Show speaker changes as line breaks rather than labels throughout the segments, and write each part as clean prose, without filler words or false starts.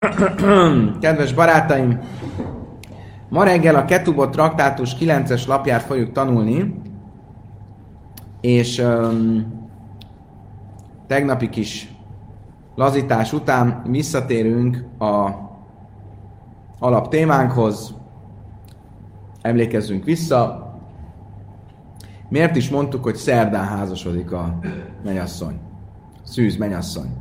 Kedves barátaim, ma reggel a Ketubot traktátus 9-es lapját fogjuk tanulni, és tegnapi kis lazítás után visszatérünk a alap témánkhoz. Emlékezzünk vissza. Miért is mondtuk, hogy szerdán házasodik a mennyasszony? Szűz mennyasszony.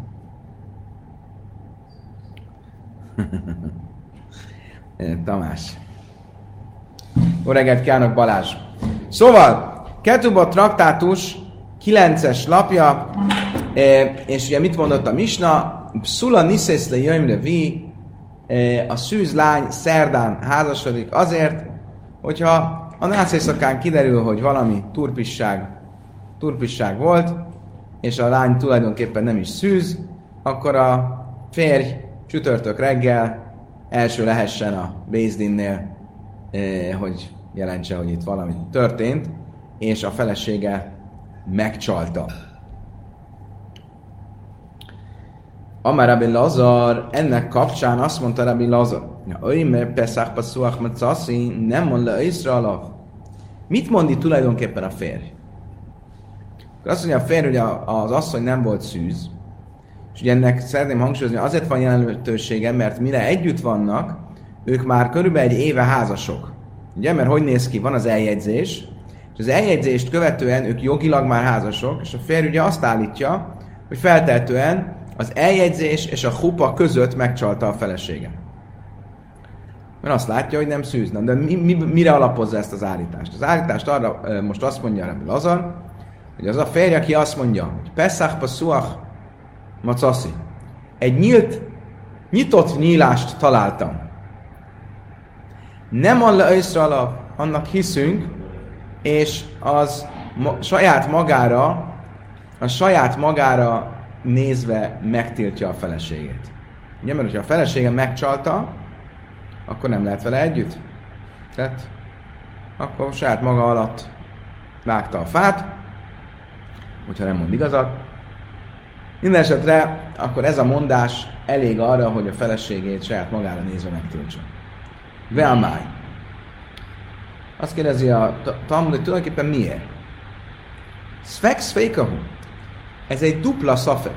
Tamás. Jó reggelt kívánok, Balázs! Szóval, Ketubot traktátus 9-es lapja, és ugye mit mondott a Misna? Pszula niszész le jöjjmre vi, a szűz lány szerdán házasodik azért, hogyha a nász éjszakán kiderül, hogy valami turpisság volt, és a lány tulajdonképpen nem is szűz, akkor a férj csütörtök reggel első lehessen a Bézdinnél, hogy jelentse, hogy itt valami történt, és a felesége megcsalta. Amár Rabbi Lazar, ennek kapcsán azt mondta Rabbi Lazar, Pesach Pasuach Matzaszi, nem mond le észre alav. Mit mond itt tulajdonképpen a férj? Azt mondja a férj, hogy az asszony nem volt szűz, és ugye ennek szeretném hangsúlyozni, azért van jelentősége, mert mire együtt vannak, ők már körülbelül egy éve házasok. Ugye, mert hogy néz ki? Van az eljegyzés, és az eljegyzést követően ők jogilag már házasok, és a férj ugye azt állítja, hogy feltehetően az eljegyzés és a hupa között megcsalta a felesége. Mert azt látja, hogy nem szűz. De mire alapozza ezt az állítást? Az állítást arra most azt mondja Rabbi Lazar, hogy az a férj, aki azt mondja, hogy Pesach Pasuach Macaszi. Egy nyitott nyílást találtam. Nem an le észre alap, annak hiszünk, és az saját magára nézve megtiltja a feleségét. Ugye, mert hogyha a felesége megcsalta, akkor nem lehet vele együtt. Tehát akkor saját maga alatt vágta a fát, hogyha nem mond igazat. Minden esetre akkor ez a mondás elég arra, hogy a feleségét saját magára nézve megtiltsa. Veamály. Azt kérdezi a Talmud, hogy tulajdonképpen miért? Szfex fékahu. Ez egy dupla szafek.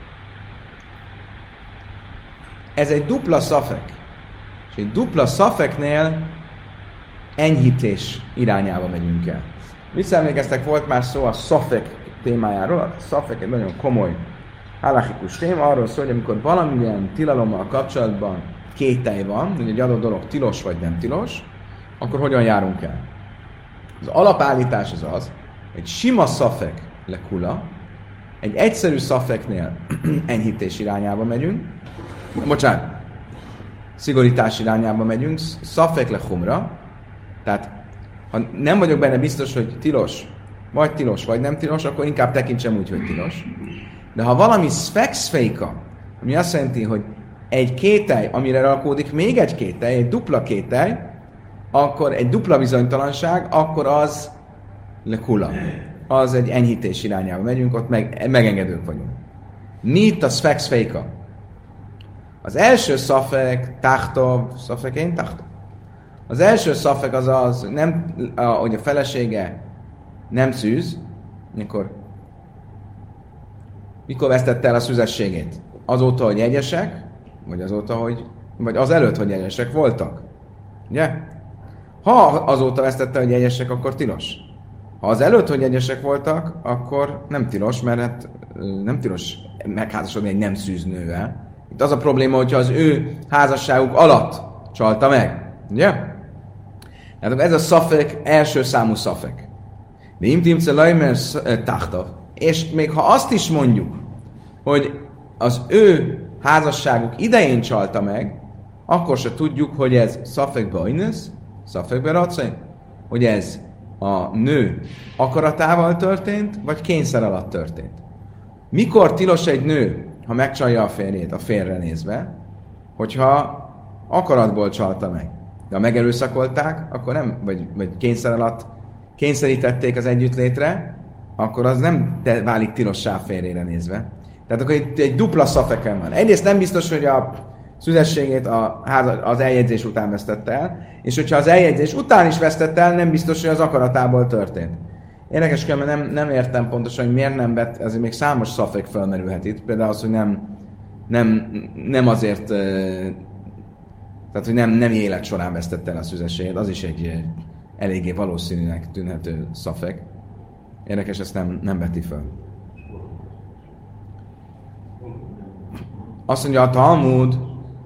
Ez egy dupla szafek. És egy dupla szafeknél enyhítés irányába megyünk el. Visszaemlékeztek, volt már szó a szafek témájáról. A szafek egy nagyon komoly halachikus téma, arról szól, hogy amikor valamilyen tilalommal kapcsolatban kételj van, hogy egy adott dolog tilos vagy nem tilos, akkor hogyan járunk el? Az alapállítás az, hogy sima szafek lekula, egy egyszerű szafeknél enyhítés irányába megyünk, szigorítás irányába megyünk, szafek le humra, tehát ha nem vagyok benne biztos, hogy tilos, vagy nem tilos, akkor inkább tekintsem úgy, hogy tilos. De ha valami szfekszféka, ami azt jelenti, hogy egy kételj, amire rakódik még egy kételj, egy dupla kételj, akkor egy dupla bizonytalanság, akkor az lekula. Az egy enyhítés irányába megyünk, ott megengedők vagyunk. Mi itt a szfekszféka? Az első szafek, tachtov, szafekén tachtov. Az első szafek az, hogy a felesége nem szűz, mikor vesztette el a szüzességét? Azóta, hogy jegyesek, vagy azelőtt, hogy jegyesek voltak. Ugye? Ha azóta vesztette, hogy jegyesek, akkor tilos. Ha az előtt, hogy jegyesek voltak, akkor nem tilos, mert nem tilos megházasodni egy nem szűz nővel. Itt az a probléma, hogyha az ő házasságuk alatt csalta meg. Ugye? Tehát ez a szafek, első számú szafek. De imtimce lajmer tahtav. És még ha azt is mondjuk, hogy az ő házasságuk idején csalta meg, akkor se tudjuk, hogy ez szafek bajnesz, szafek beracaj, hogy ez a nő akaratával történt, vagy kényszer alatt történt. Mikor tilos egy nő, ha megcsalja a férjét, a férre nézve, hogyha akaratból csalta meg. De ha megerőszakolták, akkor nem, vagy kényszer alatt kényszerítették az együttlétre, akkor az nem válik tilossá a férjére nézve. Tehát akkor itt egy dupla szafekem van. Egyrészt nem biztos, hogy a szüzességét az eljegyzés után vesztette el, és hogyha az eljegyzés után is vesztette el, nem biztos, hogy az akaratából történt. Érdekes, mert nem értem pontosan, hogy miért nem vett, ezért még számos szafek felmerülhet itt. Például az, hogy nem azért, tehát hogy nem élet során vesztette el a szüzességét, az is egy eléggé valószínűnek tűnhető szafek. Érdekes, ezt nem veti fel. Azt mondja a Talmud,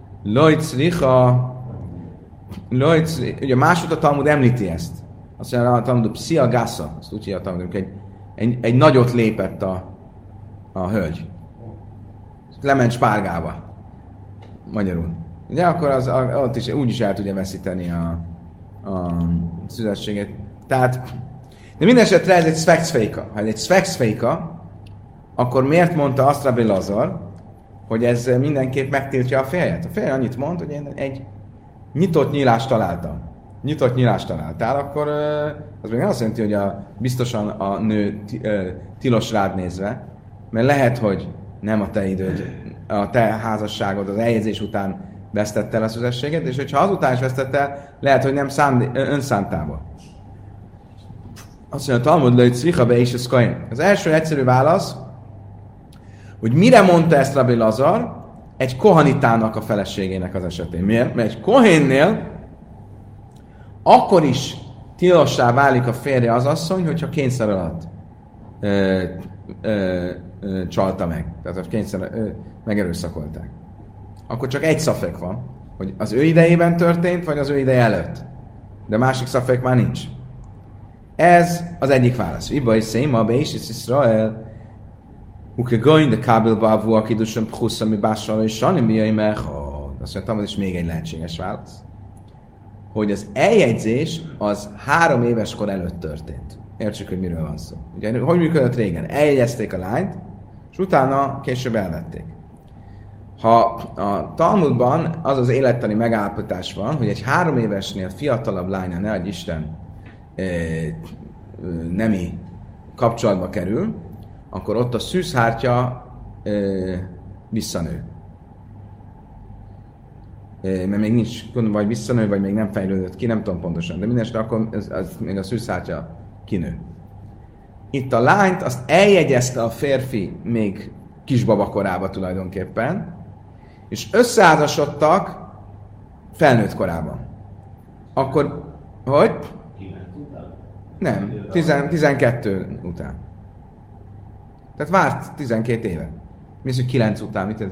ugye másod a Talmud említi ezt. Azt mondja a Talmud, pszia gásza, azt úgy hívja a Talmud, egy nagyot lépett a hölgy. Lement spárgába. Magyarul. Ugye akkor ott is úgy is el tudja veszíteni a szüzességét. Tehát, de minden esetre ez egy szvexfejka. Ha ez egy szvexfejka, akkor miért mondta azt Rabbi Lazar, hogy ez mindenképp megtiltja a férjet? A férje annyit mond, hogy én egy nyitott nyílást találtam. Nyitott nyílást találtál, akkor az még nem azt jelenti, hogy biztosan a nő tilos rád nézve, mert lehet, hogy nem a te időd, a te házasságod az eljegyzés után vesztette el a szüzességet, és hogyha azután is vesztette el, lehet, hogy nem önszántából. Azt mondja, Talmud lőtt szviha be is ez kain. Az első egyszerű válasz, hogy mire mondta ezt Rabbi Lazar, egy kohanitának a feleségének az esetén. Miért? Mert egy kohénnél akkor is tilossá válik a férje az asszony, hogyha kényszer alatt csalta meg. Tehát, hogy megerőszakolták. Akkor csak egy szafek van, hogy az ő idejében történt, vagy az ő ideje előtt. De a másik szafek már nincs. Ez az egyik válasz. Iba is széma, be is Israel, ukegoin de kábelba avu, aki dusan pchusz, ami bással, és sani miai mechod. Azt mondtam, ez is még egy lehetséges válasz. Hogy az eljegyzés az 3 éves kor előtt történt. Értsük, hogy miről van szó. Ugye, hogy működött régen? Eljegyezték a lányt, és utána később elvették. Ha a Talmudban az az élettani megállapítás van, hogy egy 3 évesnél fiatalabb lánya, ne adj Isten, nemi kapcsolatba kerül, akkor ott a szűzhártya visszanő. Mert még nincs, vagy visszanő, vagy még nem fejlődött ki, nem tudom pontosan, de mindenesetre akkor az még a szűzhártya kinő. Itt a lányt azt eljegyezte a férfi még kisbaba korába tulajdonképpen, és összeházasodtak felnőtt korában. Akkor, hogy? Nem, 12 után. Tehát várt 12 éve. Mi az, hogy 9 után? Mit ez?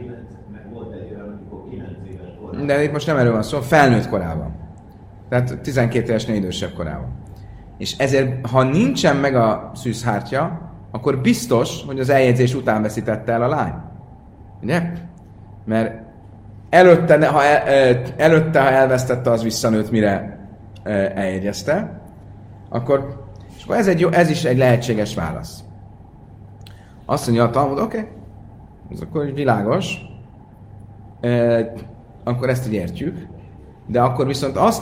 De itt most nem erről van szó, felnőtt korában. Tehát 12 évesnél idősebb korában. És ezért, ha nincsen meg a szűzhártya, akkor biztos, hogy az eljegyzés után veszítette el a lány. Ugye? Mert előtte, ha elvesztette, az visszanőtt, mire eljegyezte, akkor ez is egy lehetséges válasz. Azt mondja a Talmud, oké, ez akkor világos, akkor ezt így értjük, de akkor viszont azt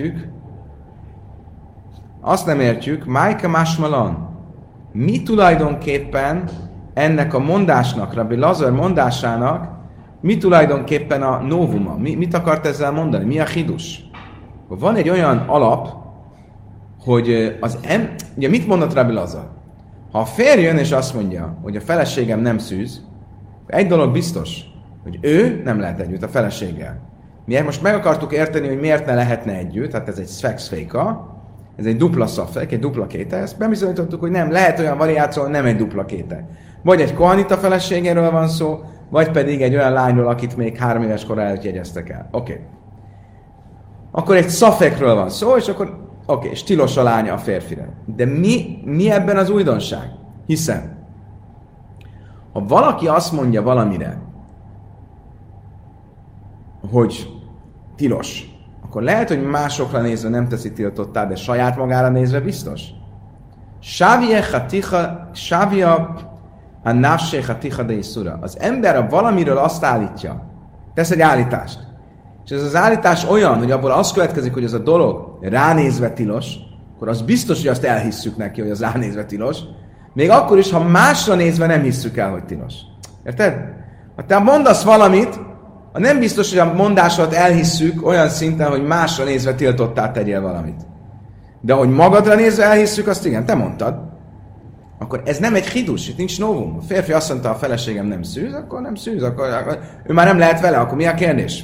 nem értjük, Májka Másmalan, mi tulajdonképpen ennek a mondásnak, Rabbi Lazar mondásának, mi tulajdonképpen a novuma? Mit akart ezzel mondani? Mi a hidus? Van egy olyan alap, hogy ugye mit mondott Rabbi Lazar? Ha a férj jön és azt mondja, hogy a feleségem nem szűz, egy dolog biztos, hogy ő nem lehet együtt a feleséggel. Mi most meg akartuk érteni, hogy miért ne lehetne együtt, tehát ez egy szvexféka, ez egy dupla szafek, egy dupla kéte, ezt bebizonyítottuk, hogy nem, lehet olyan variáció, nem egy dupla kéte. Vagy egy kohanita feleségéről van szó, vagy pedig egy olyan lányról, akit még 3 éves kor előtt jegyeztek el. Oké. Akkor egy szafekről van szó, és akkor és tilos a lánya a férfire. De mi ebben az újdonság? Hiszen, ha valaki azt mondja valamire, hogy tilos, akkor lehet, hogy másokra nézve nem teszi tiltottá, de saját magára nézve biztos. Sávia a nafsé haticha de iszura. Az ember a valamiről azt állítja, tesz egy állítást, és ez az állítás olyan, hogy abból az következik, hogy ez a dolog ránézve tilos, akkor az biztos, hogy azt elhisszük neki, hogy az ránézve tilos, még akkor is, ha másra nézve nem hisszük el, hogy tilos. Érted? Ha te mondasz valamit, nem biztos, hogy a mondásot elhisszük olyan szinten, hogy másra nézve tiltottá tegyél valamit. De hogy magadra nézve elhisszük, azt igen, te mondtad. Akkor ez nem egy hidus, itt nincs novum. A férfi azt mondta, a feleségem nem szűz, akkor nem szűz, akkor ő már nem lehet vele, akkor mi a kérdés?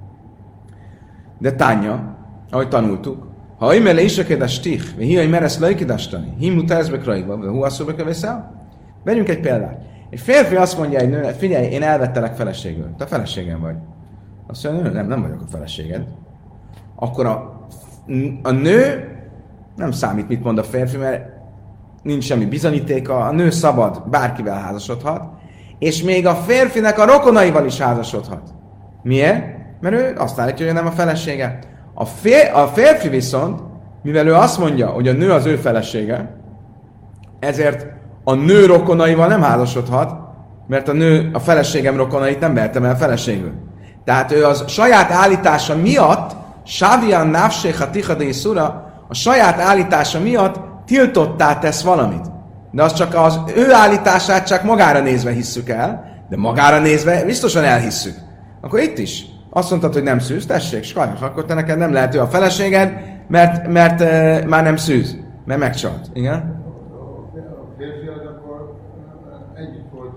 De Tánya, ahogy tanultuk, ha imele is a stich, vagy hiai meresz laikidastani, himu tezbe krajba, vagy huasszóba kövészel? Vegyünk egy példát. Egy férfi azt mondja egy nőnek, figyelj, én elvettelek feleségül. Te feleségem vagy. Azt mondja, nem vagyok a feleséged. Akkor a nő nem számít, mit mond a férfi, mert nincs semmi bizonyítéka, a nő szabad, bárkivel házasodhat, és még a férfinek a rokonaival is házasodhat. Miért? Mert ő azt állítja, hogy nem a felesége. A férfi viszont, mivel ő azt mondja, hogy a nő az ő felesége, ezért a nő rokonaival nem házasodhat, mert a feleségem rokonait nem vertem el feleségül. Tehát ő az saját állítása miatt, Sávian Návséha Tichadé Szura, a saját állítása miatt tiltottá tesz valamit. De az csak az ő állítását csak magára nézve hisszük el, de magára nézve biztosan elhisszük. Akkor itt is. Azt mondtad, hogy nem szűz, tessék, skajak, akkor te neked nem lehet ő a feleséged, mert már nem szűz, mert megcsalt. Igen?
A férfi az akkor együtt volt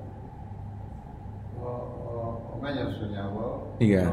a mennyasszonyával.
Igen.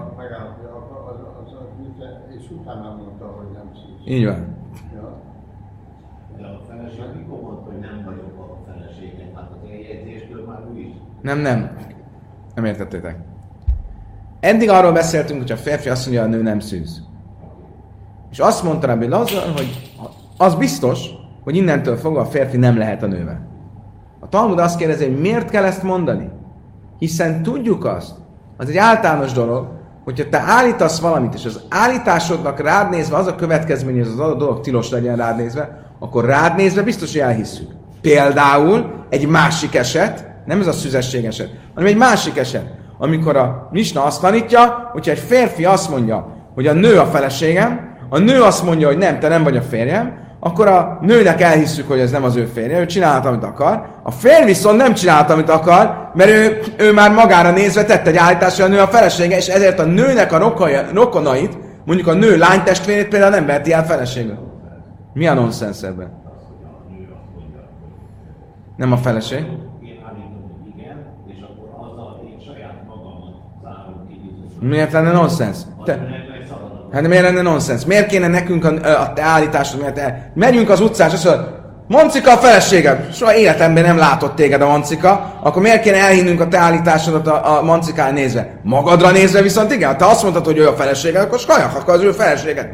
És utána mondta, hogy nem szűz.
Így van.
Ja.
De a feleség mikor mondta, hogy nem vagyok a feleségem? Hát az eljegyzéstől már ő is.
Nem értettétek. Eddig arról beszéltünk, hogy a férfi azt mondja, a nő nem szűz. És azt mondta Rabbi Lazar, hogy az biztos, hogy innentől fogva a férfi nem lehet a nővel. A Talmud azt kérdezi, hogy miért kell ezt mondani? Hiszen tudjuk azt, az egy általános dolog, hogyha te állítasz valamit, és az állításodnak rád nézve az a következmény, hogy az adott dolog tilos legyen rád nézve, akkor rád nézve biztos, hogy elhisszük. Például egy másik eset, nem ez a szüzesség eset, hanem egy másik eset, amikor a Misna azt tanítja, hogyha egy férfi azt mondja, hogy a nő a feleségem, a nő azt mondja, hogy nem, te nem vagy a férjem, akkor a nőnek elhisszük, hogy ez nem az ő férje, ő csinálhat, amit akar. A férj viszont nem csinálhat, amit akar, mert ő már magára nézve tett egy állítást, hogy a nő a felesége, és ezért a nőnek a rokonait, mondjuk a nő lánytestvérét például nem veheti el feleségül. Mi a nonsens ebben? Nem a feleség?
Én állítom, hogy igen, és akkor azzal én saját magamat zárom ki.
Miért lenne nonsens? Hát miért lenne nonsens? Miért kéne nekünk a te állításod? Megyünk az utcán, és azt mondod, Mancika a feleségem! Soha életemben nem látott téged a Mancika, akkor miért kéne elhinnünk a te állításodat a Mancikán nézve? Magadra nézve viszont igen, ha te azt mondtad, hogy ő a feleséged, akkor skajak, akkor az ő feleséged.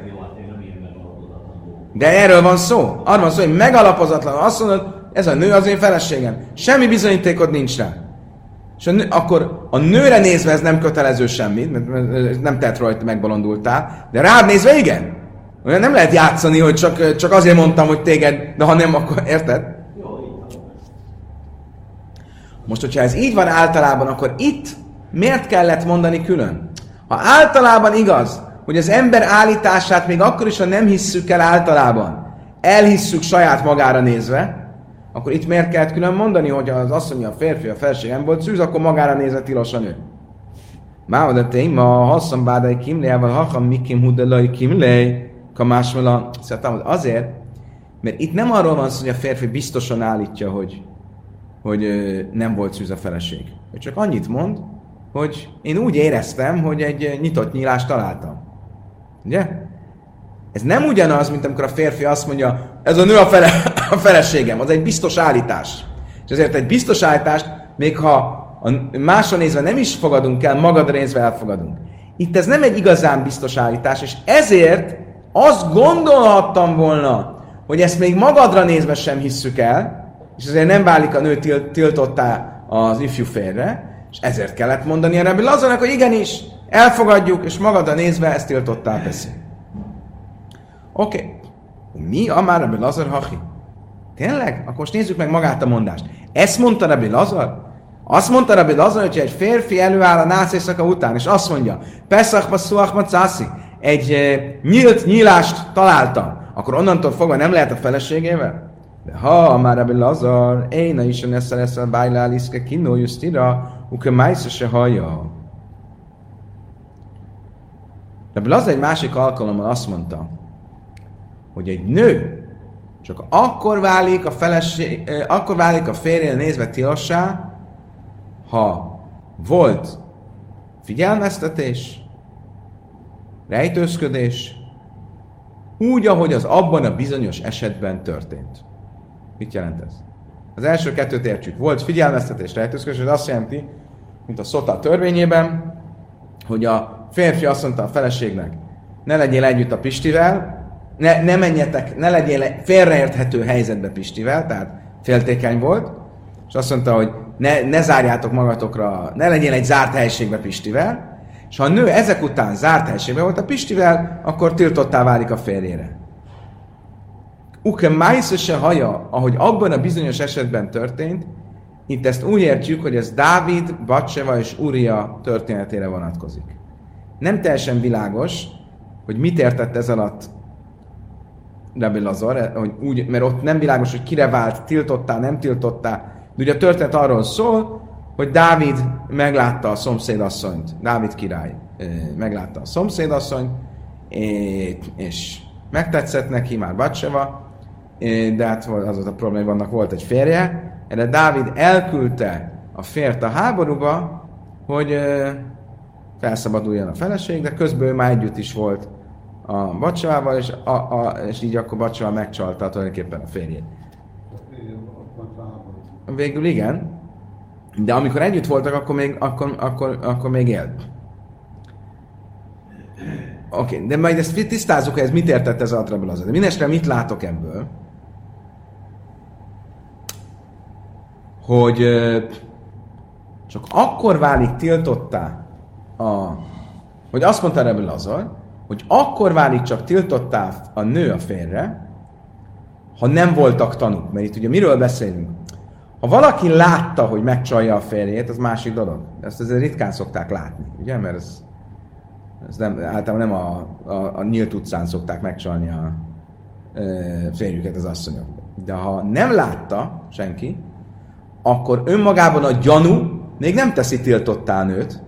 De erről van szó. Arról van szó, hogy megalapozatlan. Azt mondod, ez a nő az én feleségem. Semmi bizonyítékod nincs rá. És akkor a nőre nézve ez nem kötelező semmit, mert nem tett rajta, megbolondultál, de rád nézve igen. Olyan nem lehet játszani, hogy csak azért mondtam, hogy téged, de ha nem, akkor érted? Most, hogyha ez így van általában, akkor itt miért kellett mondani külön? Ha általában igaz, hogy az ember állítását még akkor is, ha nem hisszük el általában, elhisszük saját magára nézve, akkor itt miért kellett külön mondani, hogy az asszony, a férfi, a felség nem volt szűz, akkor magára nézve tilos a nő. Mávad a téma, hasszam bádai kimléjával, hacham mikim hudelai kimléj, kamásmala. Szóval azért, mert itt nem arról van szó, hogy a férfi biztosan állítja, hogy nem volt szűz a feleség. Ő csak annyit mond, hogy én úgy éreztem, hogy egy nyitott nyílást találtam. Ugye? Ez nem ugyanaz, mint amikor a férfi azt mondja, ez a nő a feleségem, az egy biztos állítás. És ezért egy biztos állítást, még ha másra nézve nem is fogadunk el, magadra nézve elfogadunk. Itt ez nem egy igazán biztos állítás, és ezért azt gondolhattam volna, hogy ezt még magadra nézve sem hisszük el, és ezért nem válik a nő tiltottá az ifjú férre, és ezért kellett mondani a Rabbi Lazarnak, hogy igenis, elfogadjuk, és magadra nézve ezt tiltottá teszi. Oké. Mi a már Rabbi Lazar hachi? Tényleg? Akkor most nézzük meg magát a mondást. Ezt mondta Rabbi Lazar? Azt mondta Rabbi Lazar, hogyha egy férfi előáll a nász éjszaka után, és azt mondja, Pesach baszuach macászi, egy nyílt nyílást találtam, akkor onnantól fogva nem lehet a feleségével? De ha már Rabbi Lazar, én is eszel bájlál iszke kinó jusztira, uke májsze se hallja. Rabbi Lazar egy másik alkalommal azt mondta, hogy egy nő csak akkor válik akkor válik a férjére nézve tilossá, ha volt figyelmeztetés, rejtőzködés, úgy, ahogy az abban a bizonyos esetben történt. Mit jelent ez? Az első kettőt értsük. Volt figyelmeztetés, rejtőzködés, ez azt jelenti, mint a Szota törvényében, hogy a férfi azt mondta a feleségnek, ne legyél együtt a Pistivel, ne menjetek, ne legyél félreérthető helyzetbe Pistivel, tehát féltékeny volt, és azt mondta, hogy ne zárjátok magatokra, ne legyél egy zárt helységbe Pistivel, és ha a nő ezek után zárt helységbe volt a Pistivel, akkor tiltottá válik a férjére. Uke májsz se haja, ahogy abban a bizonyos esetben történt, itt ezt úgy értjük, hogy ez Dávid, Batseva és Uria történetére vonatkozik. Nem teljesen világos, hogy mit értett ez alatt Rabbi Lazar, hogy úgy, mert ott nem világos, hogy kire vált, tiltottá, nem tiltottá. De ugye a történet arról szól, hogy Dávid meglátta a szomszédasszonyt, Dávid király meglátta a szomszédasszonyt, és megtetszett neki már Batseva, de hát az a probléma, hogy vannak volt egy férje, erre Dávid elküldte a férjt a háborúba, hogy felszabaduljon a feleség, de közben ő már együtt is volt a Batsevával, és így akkor Batseva megcsalta tulajdonképpen a férjét. Végül igen, de amikor együtt voltak, akkor még élt. Oké, de majd ezt tisztázzuk, hogy ez mit értett ez alatt Rabbi Lazar. De mindenesetre mit látok ebből? Hogy csak akkor válik tiltottá hogy azt mondta Rabbi Lazar, hogy akkor válik csak tiltottá a nő a férjre, ha nem voltak tanúk. Mert itt ugye miről beszélünk? Ha valaki látta, hogy megcsalja a férjét, az másik dolog. Ezt azért ritkán szokták látni, ugye? Mert ez nem, általában nem a nyílt utcán szokták megcsalni a férjüket az asszonyok. De ha nem látta senki, akkor önmagában a gyanú még nem teszi tiltottá a nőt,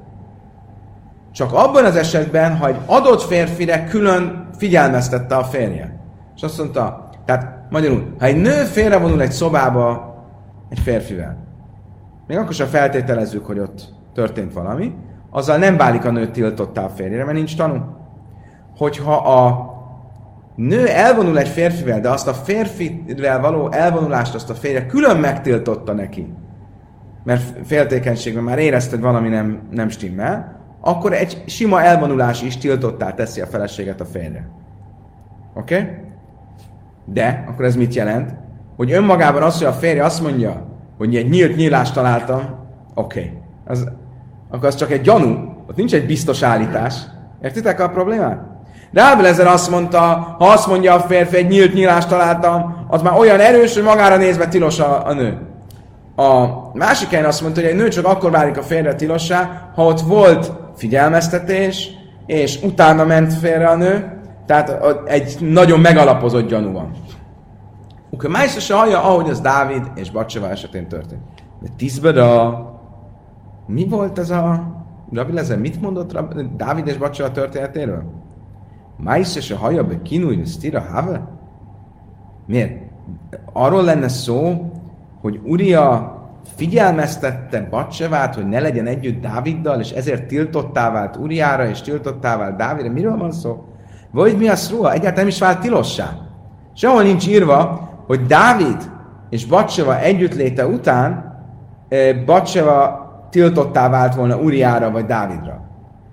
csak abban az esetben, ha egy adott férfire külön figyelmeztette a férje. És azt mondta, tehát magyarul, ha egy nő félrevonul egy szobába egy férfivel, még akkor sem feltételezzük, hogy ott történt valami, azzal nem válik a nő tiltottá a férjére, mert nincs tanú. Hogyha a nő elvonul egy férfivel, de azt a férfivel való elvonulást azt a férje külön megtiltotta neki, mert féltékenységben már érezte, hogy valami nem stimmel, akkor egy sima elvonulás is tiltottá teszi a feleséget a férjre. Oké? Okay? De, akkor ez mit jelent? Hogy önmagában az, hogy a férje azt mondja, hogy egy nyílt nyílást találtam, oké. Okay. Akkor az csak egy gyanú, ott nincs egy biztos állítás. Értitek a problémát? Rabbi Lazar azt mondta, ha azt mondja a férfi, egy nyílt nyílást találtam, az már olyan erős, hogy magára nézve tilos a nő. A másik helyen azt mondta, hogy egy nő csak akkor válik a férjre tilossá, ha ott volt figyelmeztetés, és utána ment félre a nő, tehát egy nagyon megalapozott gyanú van. Uke májsz se hallja, ahogy az Dávid és Batseva esetén történt. De Tiszbera, mi volt ez a Rabbi Lazar? Mit mondott Dávid és Batseva történetéről? Májsz se hallja, be kinúj, sztira have? Miért? Arról lenne szó, hogy Uria figyelmeztette Batsevát, hogy ne legyen együtt Dáviddal, és ezért tiltottá vált Uriára, és tiltottá vált Dávidra. Miről van szó? Vagy mi a szó? Egyáltalán nem is vált tilossá. Sehol nincs írva, hogy Dávid és Batseva együttléte után Batseva tiltottá vált volna Uriára vagy Dávidra.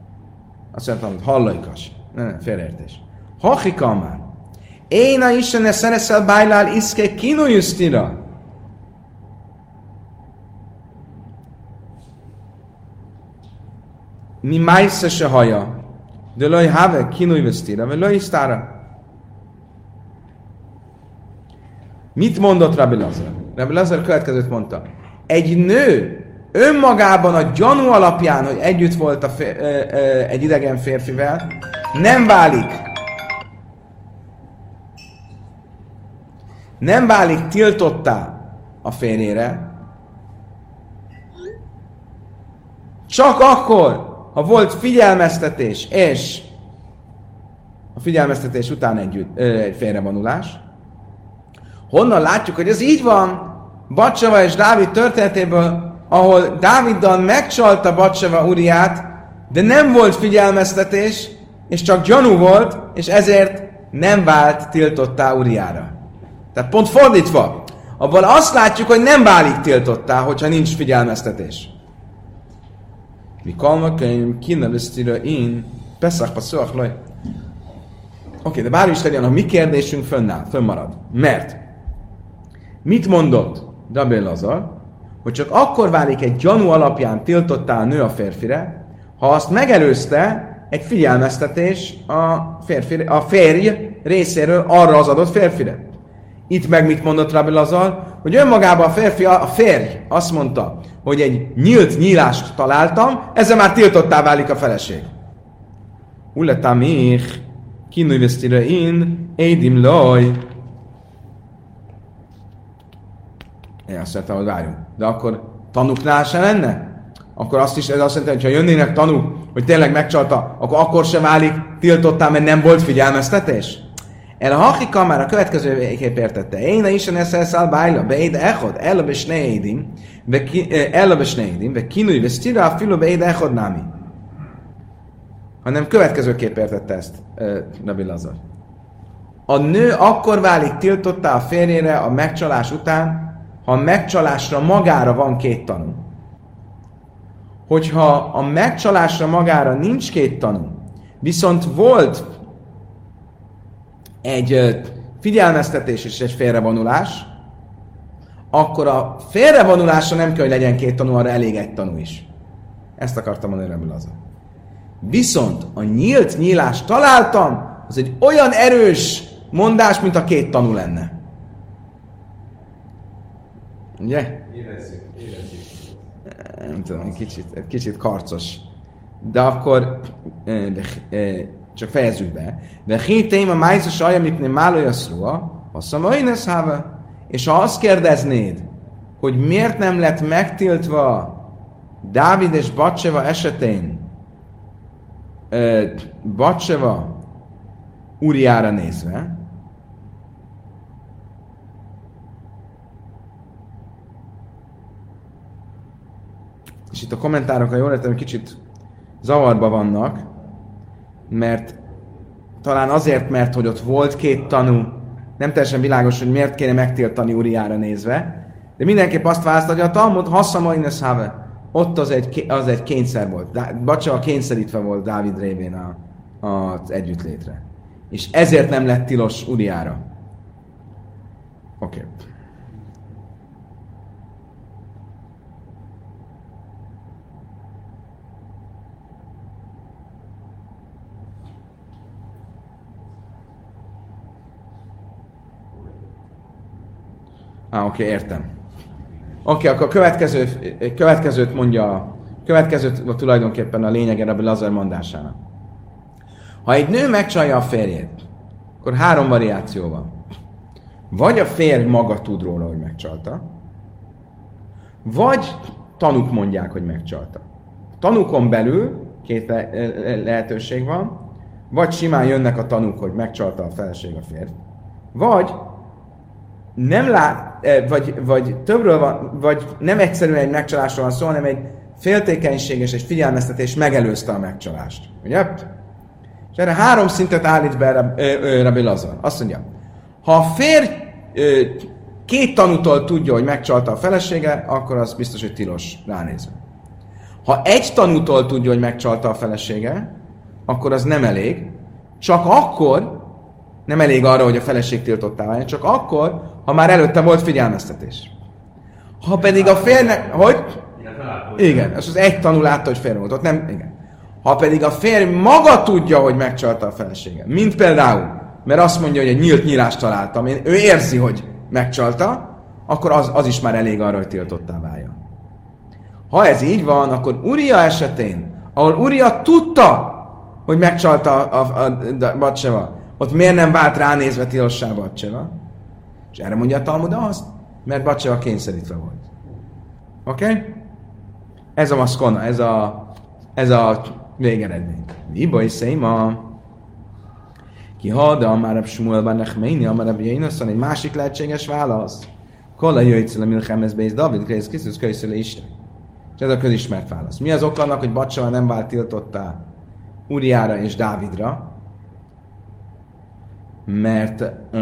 Azt mondtam, hogy hallaikas. Nem, félreértés. Hachika már. Én a Istenne szereszel bájlál iszke kinujusztira. Mi májsze se haja. De loj have kinujusztira, vagy loj isztára. Mit mondott Rabbi Lazar? Rabbi Lazar következőt mondta. Egy nő önmagában a gyanú alapján, hogy együtt volt egy idegen férfivel, nem válik tiltottá a férjére, csak akkor, ha volt figyelmeztetés és a figyelmeztetés után egy félrevonulás. Honnan látjuk, hogy ez így van? Batseva és Dávid történetéből, ahol Dáviddal megcsalta Batseva Uriát, de nem volt figyelmeztetés, és csak gyanú volt, és ezért nem vált tiltottá Uriára. Tehát pont fordítva, abban azt látjuk, hogy nem válik tiltottá, hogyha nincs figyelmeztetés. Mi kalmakeim, kinnevisztira én, Peszachba szólaj. Oké, de bármi is legyen, a mi kérdésünk fönnmarad. Mert mit mondott Rabbi Lazar, hogy csak akkor válik egy gyanú alapján tiltottá a nő a férfire, ha azt megelőzte egy figyelmeztetés a férj részéről arra az adott férfire. Itt meg mit mondott Rabbi Lazar, hogy önmagában a férj azt mondta, hogy egy nyílt nyílást találtam, ezzel már tiltottá válik a feleség. Uletamich, kinővesztire in, édim loj. Én azt mondtam, hogy várjunk. De akkor tanúknál se lenne? Akkor azt is, ez azt jelenti, hogy ha jönnének tanúk, hogy tényleg megcsalta, akkor se válik tiltottá, mert nem volt figyelmeztetés? El a hachika már a következőképp értette. Én a isen eszel bájla, beéd echod, ella besnéidim, ve kinúj, ve sztira a filo beéd echod námi. Hanem következőképp értette ezt Rabbi Lazar. A nő akkor válik tiltottá a férjére a megcsalás után, ha a megcsalásra magára van két tanú. Hogyha a megcsalásra magára nincs két tanú, viszont volt egy figyelmeztetés és egy félrevonulás, akkor a félrevonulásra nem kell, hogy legyen két tanú, arra elég egy tanú is. Ezt akartam mondani Rabbi Lazar. Viszont a nyílt nyílást találtam, az egy olyan erős mondás, mint a két tanú lenne. Ugye?
Érezzük.
Nem tudom, egy kicsit karcos. De akkor csak fejezzük be. De hitéma májzos aja, mipné málója szrua, asszamainész háve. És ha azt kérdeznéd, hogy miért nem lett megtiltva Dávid és Batseva esetén Batseva Uriára nézve, és itt a kommentárok, ha jól értem, kicsit zavarba vannak, mert talán azért, mert hogy ott volt két tanú, nem teljesen világos, hogy miért kéne megtiltani Uriára nézve, de mindenképp azt választja, hogy a Talmud hasszamainesz have, ott az egy kényszer volt. Batseva kényszerítve volt Dávid révén az együttlétre. És ezért nem lett tilos Uriára. Oké. Oké, értem. Oké, akkor következőt mondja, következőt tulajdonképpen a lényege Rabbi Lazar mondásának. Ha egy nő megcsalja a férjét, akkor 3 variáció van. Vagy a férj maga tud róla, hogy megcsalta, vagy tanúk mondják, hogy megcsalta. Tanúkon belül 2 lehetőség van, vagy simán jönnek a tanúk, hogy megcsalta a feleség a férj, vagy nem vagy többről van, vagy nem egyszerűen egy megcsalásról van szó, hanem egy féltékenység és egy figyelmeztetés megelőzte a megcsalást. Ugye? És erre 3 szintet állít be Rabbi Lazar. Azt mondja, ha a férj 2 tanútól tudja, hogy megcsalta a felesége, akkor az biztos, hogy tilos ránézve. Ha 1 tanútól tudja, hogy megcsalta a felesége, akkor az nem elég. Csak akkor, nem elég arra, hogy a feleség tiltottá váljon, csak akkor, ha már előtte volt figyelmeztetés. Ha pedig a férjnek... Hogy? Igen, és az 1 tanú látta, hogy férj volt. Ott nem... Igen. Ha pedig a férj maga tudja, hogy megcsalta a felesége, mint például, mert azt mondja, hogy egy nyílt nyílást találtam, ő érzi, hogy megcsalta, akkor az is már elég arra, hogy tiltottá váljon. Ha ez így van, akkor Uria esetén, ahol Uria tudta, hogy megcsalta a Batseva, ott miért nem vált ránézve tilossá Batseva? És erre mondja a Talmud azt, mert Batseva kényszerítve volt. Oké? Ez a maszkona, ez a végeredmény. Mi baj széma? Ki hada, amárabb Smuelban Nechmeini, amárabb Jainoszon, egy másik lehetséges válasz. Kolla jöjjtszöl a Milchemezbe és David Krész Krisztus kölyszöle Isten. És ez a közismert válasz. Mi az ok annak, hogy Batseva nem vált tiltottá Uriára és Dávidra? Mert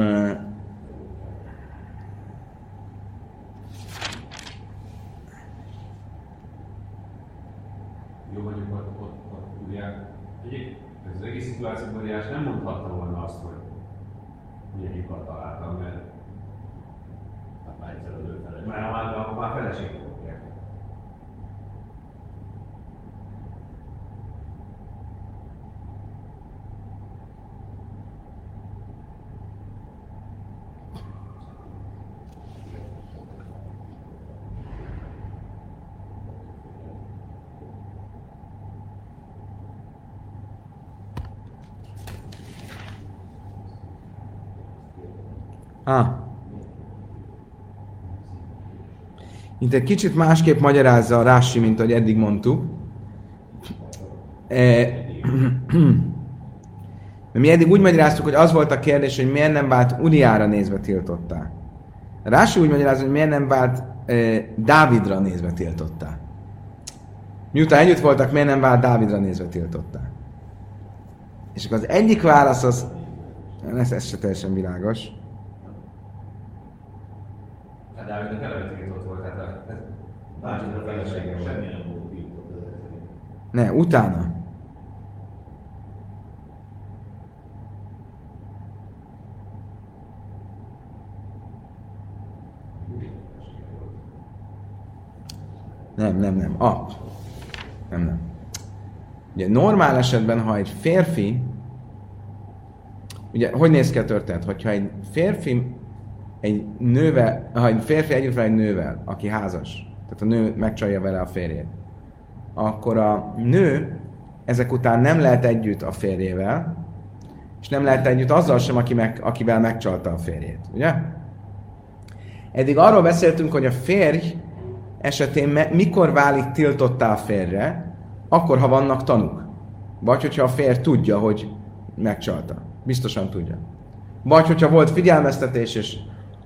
jó, mondjuk ott Uriás, ez az egész szituációban Uriás nem mondhatta volna azt, hogy milyen lyukat találtam, mert
már egyszer az ő feleség.
már feleségek voltak.
Itt egy kicsit másképp magyarázza a Rási, mint ahogy eddig mondtuk. Mi eddig úgy magyaráztuk, hogy az volt a kérdés, hogy miért nem vált Uriára nézve tiltottá. Rási úgy magyarázza, hogy miért nem vált Dávidra nézve tiltottá. Miután együtt voltak, miért nem vált Dávidra nézve tiltottá. És akkor az egyik válasz az, ez se teljesen világos.
Hát Dávidnak eleve tiltott volt, tehát ez bárcsak a felesége volt.
Semmi nem volt tiltott ezek szerint.
Ne, utána. Nem. Nem. Ugye normál esetben, ha egy férfi, ugye hogy néz ki a történet? Hogyha egy férfi ha egy férfi együtt van egy nővel, aki házas, tehát a nő megcsalja vele a férjét, akkor a nő ezek után nem lehet együtt a férjével, és nem lehet együtt azzal sem, akivel megcsalta a férjét, ugye? Eddig arról beszéltünk, hogy a férj esetén mikor válik tiltottá a férjre, akkor, ha vannak tanúk. Vagy hogyha a férj tudja, hogy megcsalta. Biztosan tudja. Vagy hogyha volt figyelmeztetés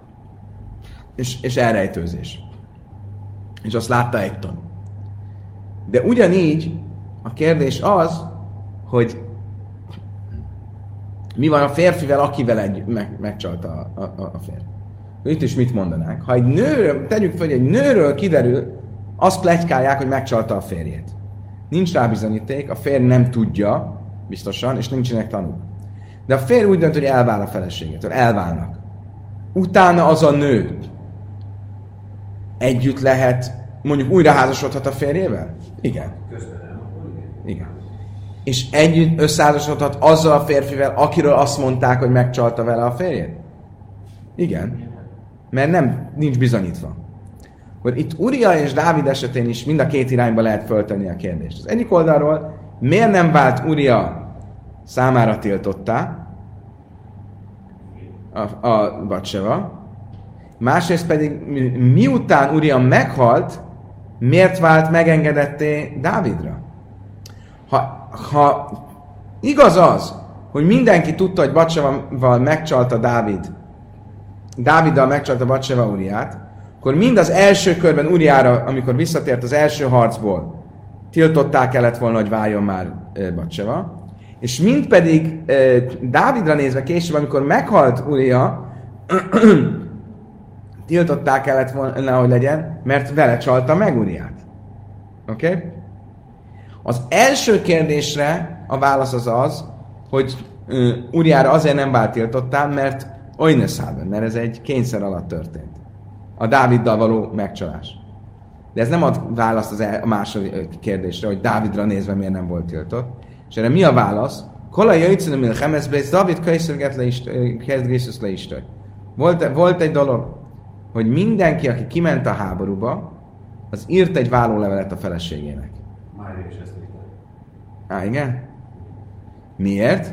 és elrejtőzés. És azt látta egy tanú. De ugyanígy a kérdés az, hogy mi van a férfivel, akivel megcsalta a férj. Itt is mit mondanánk? Ha egy nőről, tegyük fel, hogy egy nőről kiderül, azt pletykálják, hogy megcsalta a férjét. Nincs rá bizonyíték, a férj nem tudja, biztosan, és nincsenek tanúk. De a férj úgy dönt, hogy elvál a feleségétől, elválnak. Utána az a nő együtt lehet, mondjuk újra házasodhat a férjével? Igen.
Közben nem, akkor igen.
Igen. És együtt összeházasodhat azzal a férfivel, akiről azt mondták, hogy megcsalta vele a férjét? Igen. Mert nincs bizonyítva. Hogy itt Uria és Dávid esetén is mind a két irányba lehet föltenni a kérdést. Az egyik oldalról, miért nem vált Uria számára tiltottá a Batseva? Másrészt pedig, miután Uria meghalt, miért vált megengedetté Dávidra? Ha igaz az, hogy mindenki tudta, hogy Batseval megcsalta Dáviddal megcsalta Batseva Uriát, akkor mind az első körben Uriára, amikor visszatért az első harcból, tiltottá kellett volna, hogy váljon már Batseva, és mind pedig Dávidra nézve később, amikor meghalt Uria, tiltottá kellett volna, hogy legyen, mert vele csalta meg Uriát. Oké? Okay? Az első kérdésre a válasz az, hogy Uriára azért nem vált tiltottá, mert Oyneszában, mert ez egy kényszer alatt történt. A Dáviddal való megcsalás. De ez nem ad választ a második kérdésre, hogy Dávidra nézve miért nem volt tiltott. És erre mi a válasz? Kola jöjjtszön a Chemeszbész, Dávid kölyszörget le Isten. Volt egy dolog, hogy mindenki, aki kiment a háborúba, az írt egy vállólevelet a feleségének.
Mária is ezt írta.
Igen? Miért?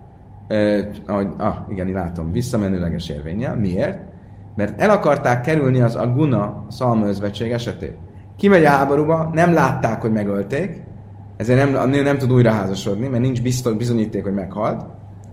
Igen, látom, visszamenőleges érvénnyel. Miért? Mert el akarták kerülni az aguna szalmaözvetség esetét. Kimegy a háborúba, nem látták, hogy megölték, ezért a nő nem tud újra házasodni, mert nincs bizonyíték, hogy meghalt.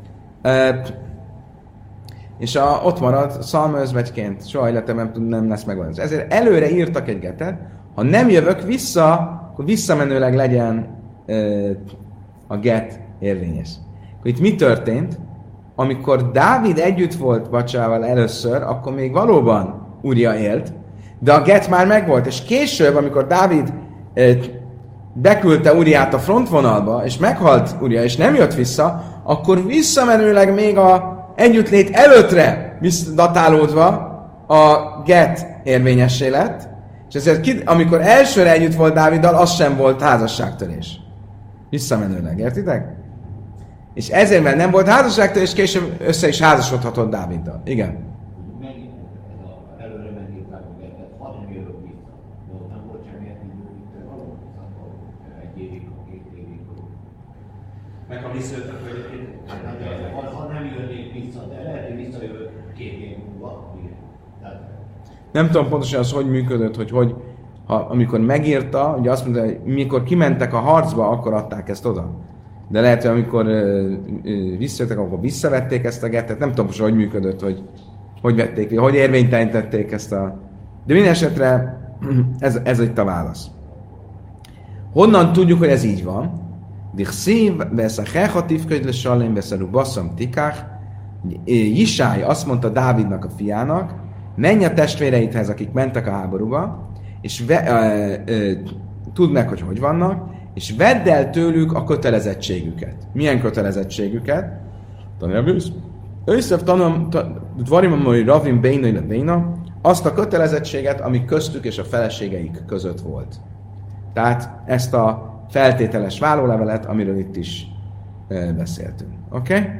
És ott marad szalmaözvegyként, soha életemben nem lesz megvan. Ezért előre írtak egy getet, ha nem jövök vissza, akkor visszamenőleg legyen a get érvényes. Akkor itt mi történt? Amikor Dávid együtt volt Bacsával először, akkor még valóban Úria élt, de a get már megvolt, és később, amikor Dávid beküldte Úriát a frontvonalba, és meghalt Úria, és nem jött vissza, akkor visszamenőleg még a együttlét előttre datálódva a get érvényessé lett, és ezért amikor elsőre együtt volt Dáviddal, az sem volt házasságtörés. Visszamenőleg, értitek? És ezért, mert nem volt házasságtörés, később össze is házasodhatott Dáviddal. Igen.
Megint előre megírták a getet, ha nem jövök vissza. De ott nem volt semmiért, mint valami egy évig, 2 évig.
Meg ha visszajöttek, hogy egyébként...
Ha nem jönnék vissza, de lehet, hogy visszajövök 2 év múlva. Igen.
Nem tudom pontosan az, hogy működött, hogy amikor megírta, ugye azt mondta, hogy mikor kimentek a harcba, akkor adták ezt oda. De lehet, hogy amikor visszajöttek, akkor visszavették ezt a gettet. Nem tudom hogy működött, hogy vették, hogy érvénytelenítették ezt a... De minden esetre ez itt a válasz. Honnan tudjuk, hogy ez így van? Dichszív, vesz a hechatív könyv lesalém, vesz a rubasszam tikák. Jisály azt mondta Dávidnak a fiának, menj a testvéreidhez, akik mentek a háborúba, és tudd meg, hogy vannak, és vedd el tőlük a kötelezettségüket. Milyen kötelezettségüket? Összev tanom, dvarimamai ravim béna, azt a kötelezettséget, ami köztük és a feleségeik között volt. Tehát ezt a feltételes vállólevelet, amiről itt is beszéltünk. Oké? Okay?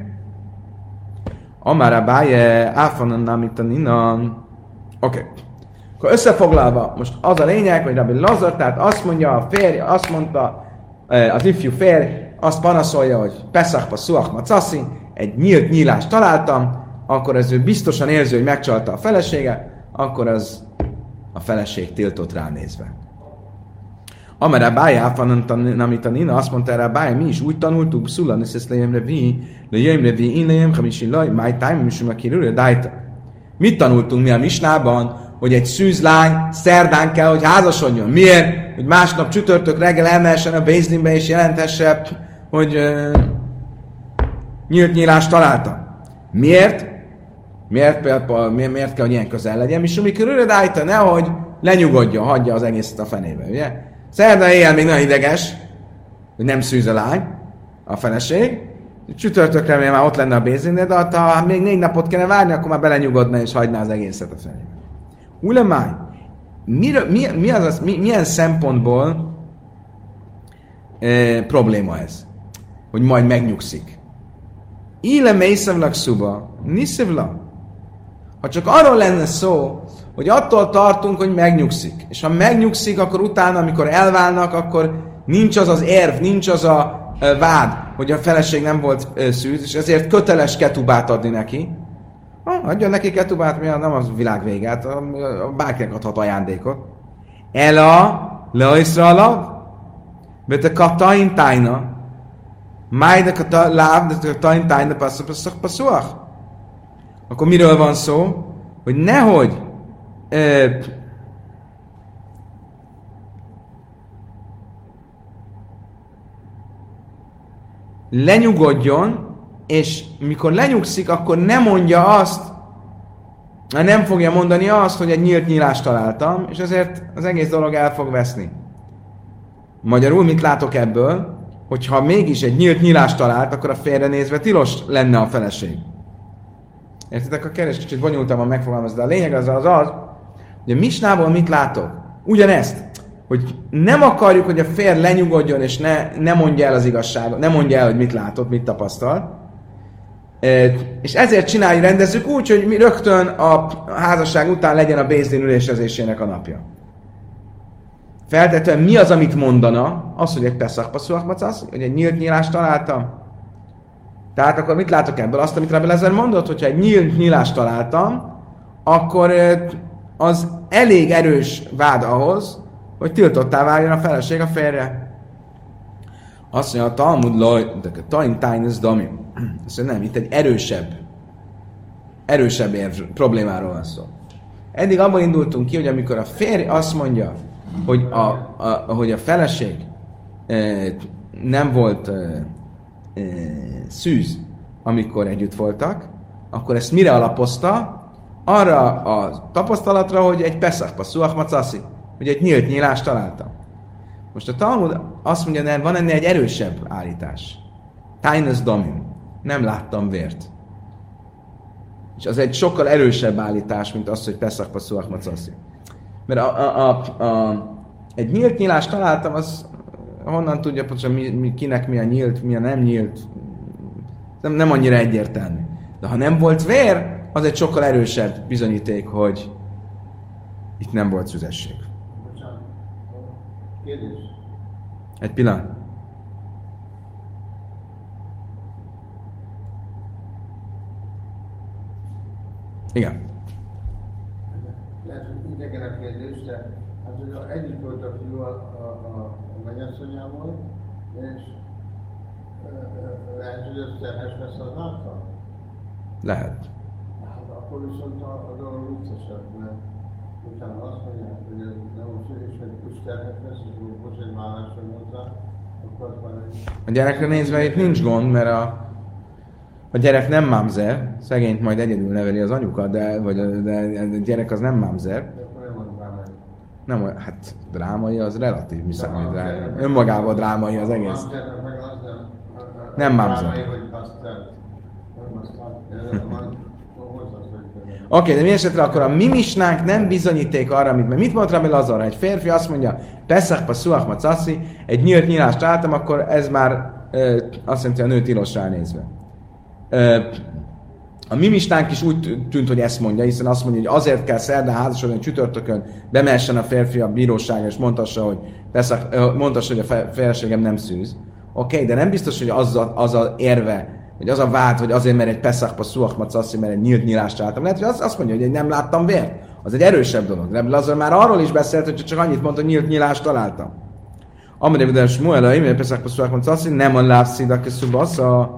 Amára báje, áfanan namitaninnan. Oké. Okay. Akkor összefoglalva, most az a lényeg, hogy Rabbi Lazar, tehát azt mondja a férj, azt mondta az ifjú férj, azt panaszolja, hogy Pesachpa Suach Macaszi, egy nyílt nyílást találtam, akkor ez ő biztosan érzi, hogy megcsalta a felesége, akkor az a feleség tiltott ránézve. Amara bája áfanan azt mondta erre a bája, mi is úgy tanultuk, Szula niszesz lejem revi, in lejem hamisi laj, máj tájm, misum a kirülő, dájta. Mit tanultunk mi a misnában, hogy egy szűzlány szerdán kell, hogy házasodjon? Miért? Hogy másnap csütörtök reggel elmehessen a Bézdinbe és jelenthesse, hogy nyílt nyílást találta. Miért? Miért kell, hogy ilyen közel legyen? Misum a kirülő, dájta, nehogy lenyugodjon, hagyja az egészet a fenébe, ugye? Szerdán éjjel még nagyon ideges, hogy nem szűz a lány, a feleség. Csütörtökre még már ott lenne a Bézdin, de ha még 4 napot kellene várni, akkor már belenyugodna és hagyná az egészet a fenébe. Ulemáj, milyen szempontból probléma ez? Hogy majd megnyugszik. Ile mészevlak szuba, niszevla. Ha csak arról lenne szó, hogy attól tartunk, hogy megnyugszik. És ha megnyugszik, akkor utána, amikor elválnak, akkor nincs az az érv, nincs az a vád, hogy a feleség nem volt szűz, és ezért köteles ketubát adni neki. Adjon neki ketubát, miért nem az világ végét, bárkinek adhat ajándékot. Ela, leajszra alav, bet a katain tájna, májdak a láv, de a katain tájna passzuach. Akkor miről van szó? Hogy nehogy lenyugodjon, és mikor lenyugszik, akkor nem mondja azt, nem fogja mondani azt, hogy egy nyílt nyílást találtam, és ezért az egész dolog el fog veszni. Magyarul mit látok ebből? Hogyha mégis egy nyílt nyílást talált, akkor a félre nézve tilos lenne a feleség. Értitek a kérdés? Kicsit bonyolultabban megfogalmazni, de a lényeg az, hogy a misnából mit látok? Ugyanezt, hogy nem akarjuk, hogy a férj lenyugodjon, és ne mondja el az igazságot, ne mondja el, hogy mit látott, mit tapasztal. És ezért rendezzük úgy, hogy mi rögtön a házasság után legyen a Bézdin ülésezésének a napja. Feltetően mi az, amit mondana? Az, hogy egy Pesach Passuach Macasz, hogy egy nyílt nyílást találtam. Tehát akkor mit látok ebből? Azt, amit Rabbi Lezer mondott, hogyha egy nyílt nyílást találtam, akkor az elég erős vád ahhoz, hogy tiltottá váljon a feleség a férjre. Azt mondja, a Talmud loj, de a tain tájnesz damim. Azt mondja, nem, itt egy erősebb problémáról van szó. Eddig abból indultunk ki, hogy amikor a férj azt mondja, hogy a feleség nem volt szűz, amikor együtt voltak, akkor ezt mire alapozta? Arra a tapasztalatra, hogy egy Pesach Pasuach Macaszi, hogy egy nyílt nyílást találtam. Most a Talmud azt mondja, hogy van ennél egy erősebb állítás. Tainus Domim. Nem láttam vért. És az egy sokkal erősebb állítás, mint az, hogy Pesach Pasuach Macaszi. Mert egy nyílt nyílást találtam, az honnan tudja pontosan kinek mi a nyílt, mi a nem nyílt. Nem annyira egyértelmű. De ha nem volt vér, az egy sokkal erősebb bizonyíték, hogy itt nem volt szüzesség.
Bocsánat. Kérdés.
Egy pillanat. Igen.
Lehet, hogy idegen a kérdés, de hát, hogy együtt volt a fiú a mennyasszonyával, és lehet, hogy az terhes lesz az által?
Lehet.
Hát akkor viszont a dolog viccesebb, mert utána azt mondják, hogy ez nem most és hogy plusz terhes lesz, és most egy vállás van hozzá, akkor az már egy...
A gyerekre nézve itt nincs gond, mert a gyerek nem mamzer, szegényt majd egyedül neveli az anyuka, de a gyerek az nem mamzer.
De akkor nem van drámai.
Nem olyan, hát drámai az relatív, mi számít drámai. Önmagában drámai az egész.
Mamzer, meg az nem.
Nem mamzer.
Drámai, hogy azt nem azt van.
Oké, de mi esetre akkor a mi misnánk nem bizonyíték arra, mert mit mond Rabbi Lazar? Ha egy férfi azt mondja, Pesach Pasuach Macaszi, egy nyílt nyílást találtam, akkor ez már azt jelenti, a nő tilos ránézve. A mi misnánk is úgy tűnt, hogy ezt mondja, hiszen azt mondja, hogy azért kell szerdán házasodni, hogy csütörtökön bemehessen a férfi a bíróságra, és mondhassa, hogy a feleségem nem szűz. Oké, de nem biztos, hogy az a érve, hogy az a vád, hogy azért, mert egy Pesach Pasuach Macaszi, mert egy nyílt nyílást találtam. Lehet, hogy azt mondja, hogy nem láttam vért. Az egy erősebb dolog. Rabbi Lazar már arról is beszélt, hogy csak annyit mondta, hogy nyílt nyílást találtam. Amire videl Smuel, hogy Pesach Pasuach Macaszi, nem a lábszidak és szubasza.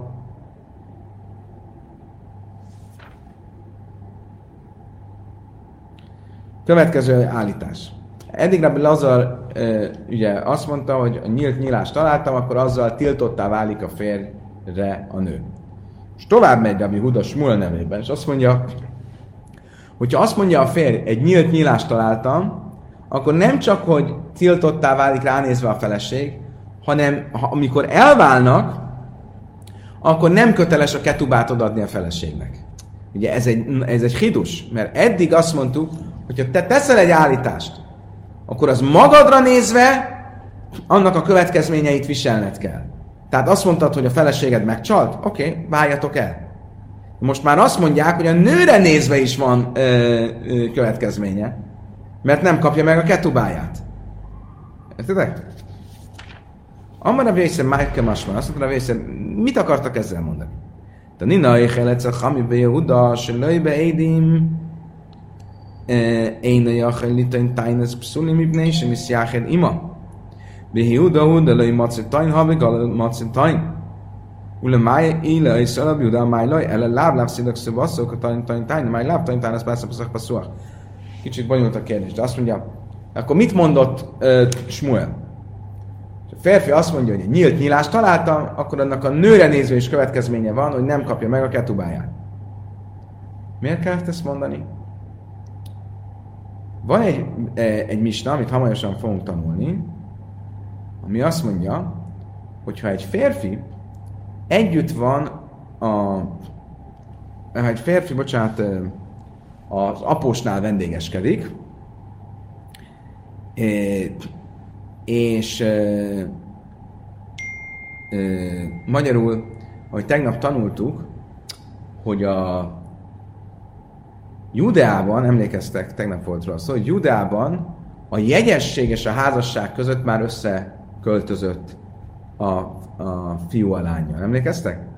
Következő állítás. Eddig Rabbi Lazar ugye azt mondta, hogy a nyílt nyílást találtam, akkor azzal tiltottá válik a férjre a nő. És tovább megy Rabbi Huda Smuel nevében, és azt mondja, hogyha azt mondja a férj, egy nyílt nyílást találtam, akkor nem csak, hogy tiltottá válik ránézve a feleség, hanem amikor elválnak, akkor nem köteles a ketubát odaadni a feleségnek. Ugye ez egy hidus, mert eddig azt mondtuk, hogyha te teszel egy állítást, akkor az magadra nézve annak a következményeit viselned kell. Tehát azt mondtad, hogy a feleséged megcsalt? Oké, váljatok el. Most már azt mondják, hogy a nőre nézve is van következménye, mert nem kapja meg a ketubáját. Értedek? Amara vésze, Májke Masman, azt mondta a vésze, mit akartak ezzel mondani? De Nina éjjelec a Hami Bejehuda, se löjbe édim, Éne jachel litain tainez pszulim ibnei, sem is jáched ima. Bejehuda, de löj macetain, habig a macetain. Ule máj éle és szalab juda, máj laj, ele láb szidak szövasszok, a tain, máj láb tain, ez persze passzak. Kicsit bonyolult a kérdés, de azt mondja, akkor mit mondott Smuel? A férfi azt mondja, hogy egy nyílt nyílást találtam, akkor annak a nőre nézve is következménye van, hogy nem kapja meg a ketubáját. Miért kell ezt mondani? Van egy misna, amit hamarosan fogunk tanulni, ami azt mondja, hogy ha egy férfi együtt van ha egy férfi, az apósnál vendégeskedik, és magyarul, ahogy tegnap tanultuk, hogy a Judeában, emlékeztek, tegnap volt róla szó, hogy Judeában a jegyesség és a házasság között már összeköltözött a fiú a lánnyal. Emlékeztek?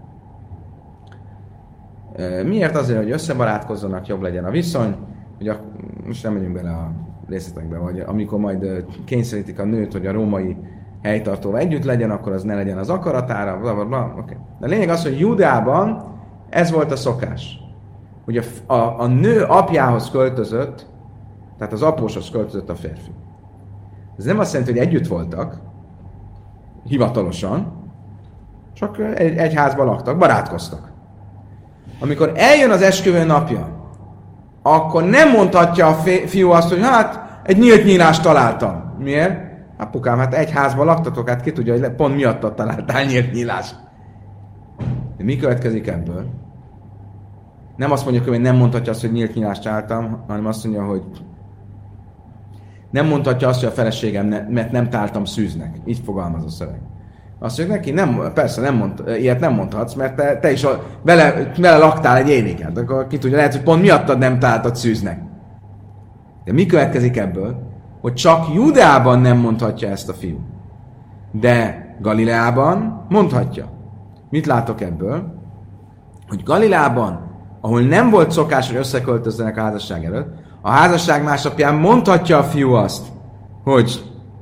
Miért? Azért, hogy összebarátkozzanak, jobb legyen a viszony, hogy most nem megyünk bele a részletekbe, vagy amikor majd kényszerítik a nőt, hogy a római helytartóval együtt legyen, akkor az ne legyen az akaratára, blablabla, oké. De a lényeg az, hogy Judában ez volt a szokás. Hogy a nő apjához költözött, tehát az apóshoz költözött a férfi. Ez nem azt jelenti, hogy együtt voltak, hivatalosan, csak egy házban laktak, barátkoztak. Amikor eljön az esküvő napja, akkor nem mondhatja a fiú azt, hogy hát egy nyílt nyílást találtam. Miért? Apukám, hát egy házban laktatok, hát ki tudja, hogy pont miattad találtál nyílt nyílást. De mi következik ebből? Nem azt mondja, hogy nem mondhatja azt, hogy nyílt nyílást találtam, hanem azt mondja, hogy nem mondhatja azt, hogy a feleségem, mert nem találtam szűznek. Így fogalmaz a szöveg. Azt mondja neki, nem, persze ilyet nem mondhatsz, mert te is vele laktál egy évig. Hát akkor ki tudja, lehet, hogy pont miattad nem találtad szűznek. De mi következik ebből? Hogy csak Judában nem mondhatja ezt a fiú. De Galileában mondhatja. Mit látok ebből? Hogy Galileában, ahol nem volt szokás, hogy összeköltözzenek a házasság előtt, a házasság másnapján mondhatja a fiú azt, hogy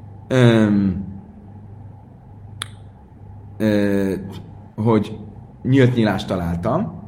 hogy nyílt nyílást találtam.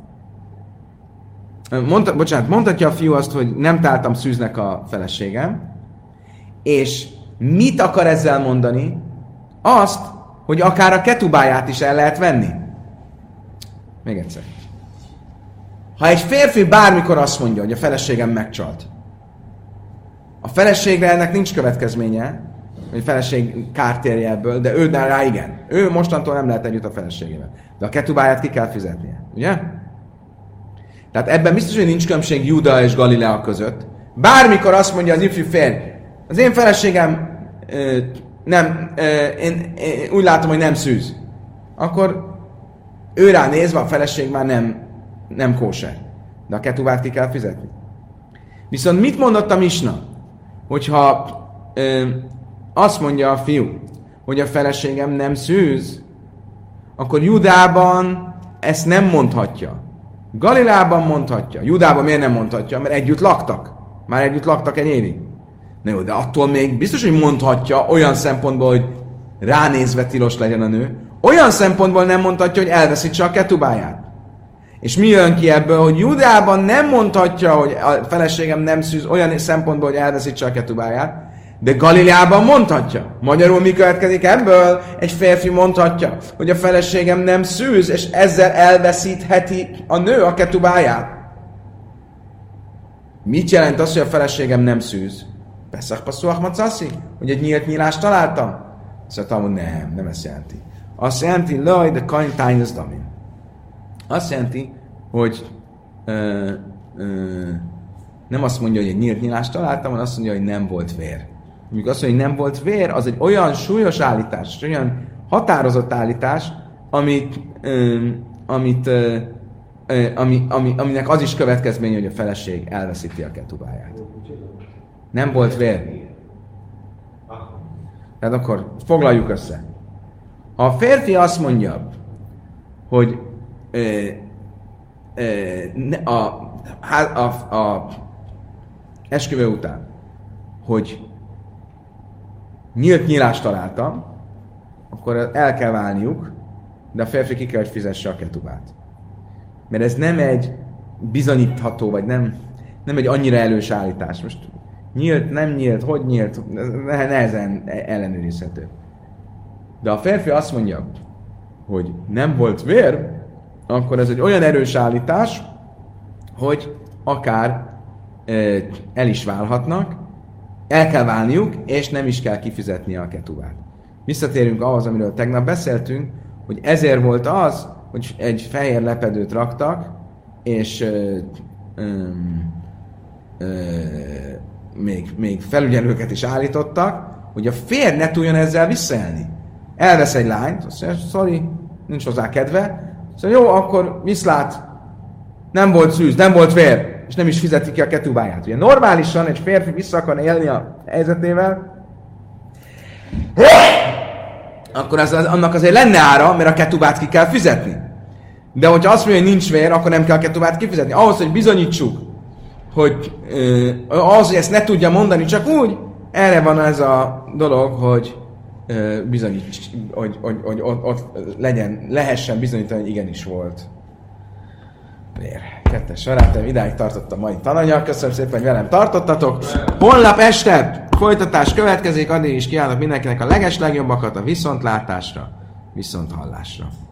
Mondhatja a fiú azt, hogy nem találtam szűznek a feleségem, és mit akar ezzel mondani? Azt, hogy akár a ketubáját is el lehet venni. Még egyszer. Ha egy férfi bármikor azt mondja, hogy a feleségem megcsalt, a feleségre ennek nincs következménye, hogy a feleség kárt érje ebből, de ő rá igen. Ő mostantól nem lehet együtt a feleségével. De a ketubáját ki kell fizetnie. Ugye? Tehát ebben biztos, hogy nincs különbség Júda és Galilea között. Bármikor azt mondja az ifjú férj, az én feleségem én úgy látom, hogy nem szűz. Akkor ő rá nézve a feleség már nem kóser. De a ketubát ki kell fizetni. Viszont mit mondott a misna? Hogyha azt mondja a fiú, hogy a feleségem nem szűz, akkor Judában ezt nem mondhatja. Galileában mondhatja. Judában miért nem mondhatja? Mert együtt laktak. Már együtt laktak egy évig. Na jó, de attól még biztos, hogy mondhatja olyan szempontból, hogy ránézve tilos legyen a nő. Olyan szempontból nem mondhatja, hogy elveszítse a ketubáját. És mi jön ki ebből, hogy Judában nem mondhatja, hogy a feleségem nem szűz olyan szempontból, hogy elveszítse a ketubáját, de Galileában mondhatja. Magyarul mi következik ebből? Egy férfi mondhatja, hogy a feleségem nem szűz, és ezzel elveszítheti a nő a ketubáját. Mit jelent az, hogy a feleségem nem szűz? Peszach passzuach macaszi? Hogy egy nyílt nyílást találtam? Azt mondta, nem ezt jelenti. Azt jelenti, laj, de kain tájnöz damin. Azt jelenti, hogy nem azt mondja, hogy egy nyílt nyílást találtam, hanem azt mondja, hogy nem volt vér. Amikor azt mondja, hogy nem volt vér, az egy olyan súlyos állítás, olyan határozott állítás, aminek az is következménye, hogy a feleség elveszíti a ketubáját. Nem volt vér. Tehát akkor foglaljuk össze. Ha a férfi azt mondja, hogy a esküvő után, hogy nyílt nyílást találtam, akkor el kell válniuk, de a férfi ki kell, hogy fizesse a ketubát. Mert ez nem egy bizonyítható, vagy nem egy annyira elős állítás. Most nyílt, nem nyílt, hogy nyílt, nehezen ellenőrizhető. De a férfi azt mondja, hogy nem volt vér, akkor ez egy olyan erős állítás, hogy akár el is válhatnak, el kell válniuk, és nem is kell kifizetni a ketubát. Visszatérünk ahhoz, amiről tegnap beszéltünk, hogy ezért volt az, hogy egy fehér lepedőt raktak, és még felügyelőket is állítottak, hogy a férj ne tudjon ezzel visszaélni. Elvesz egy lányt, azt mondja, sorry, nincs hozzá kedve, szóval jó, akkor viszlát, nem volt szűz, nem volt vér, és nem is fizeti ki a ketubáját. Ugye normálisan egy férfi vissza akar élni a helyzetével, akkor annak azért lenne ára, mert a ketubát ki kell fizetni. De hogyha azt mondja, hogy nincs vér, akkor nem kell a ketubát kifizetni. Ahhoz, hogy bizonyítsuk, hogy ahhoz, hogy ezt ne tudja mondani, csak úgy, erre van ez a dolog, hogy bizonyíts, hogy ott lehessen bizonyítani, hogy igenis volt vér. Kettes barátaim, idáig tartott a mai tananyag. Köszönöm szépen, hogy velem tartottatok. Holnap este folytatás következik, addig is kívánok mindenkinek a legeslegjobbakat a viszontlátásra, viszonthallásra.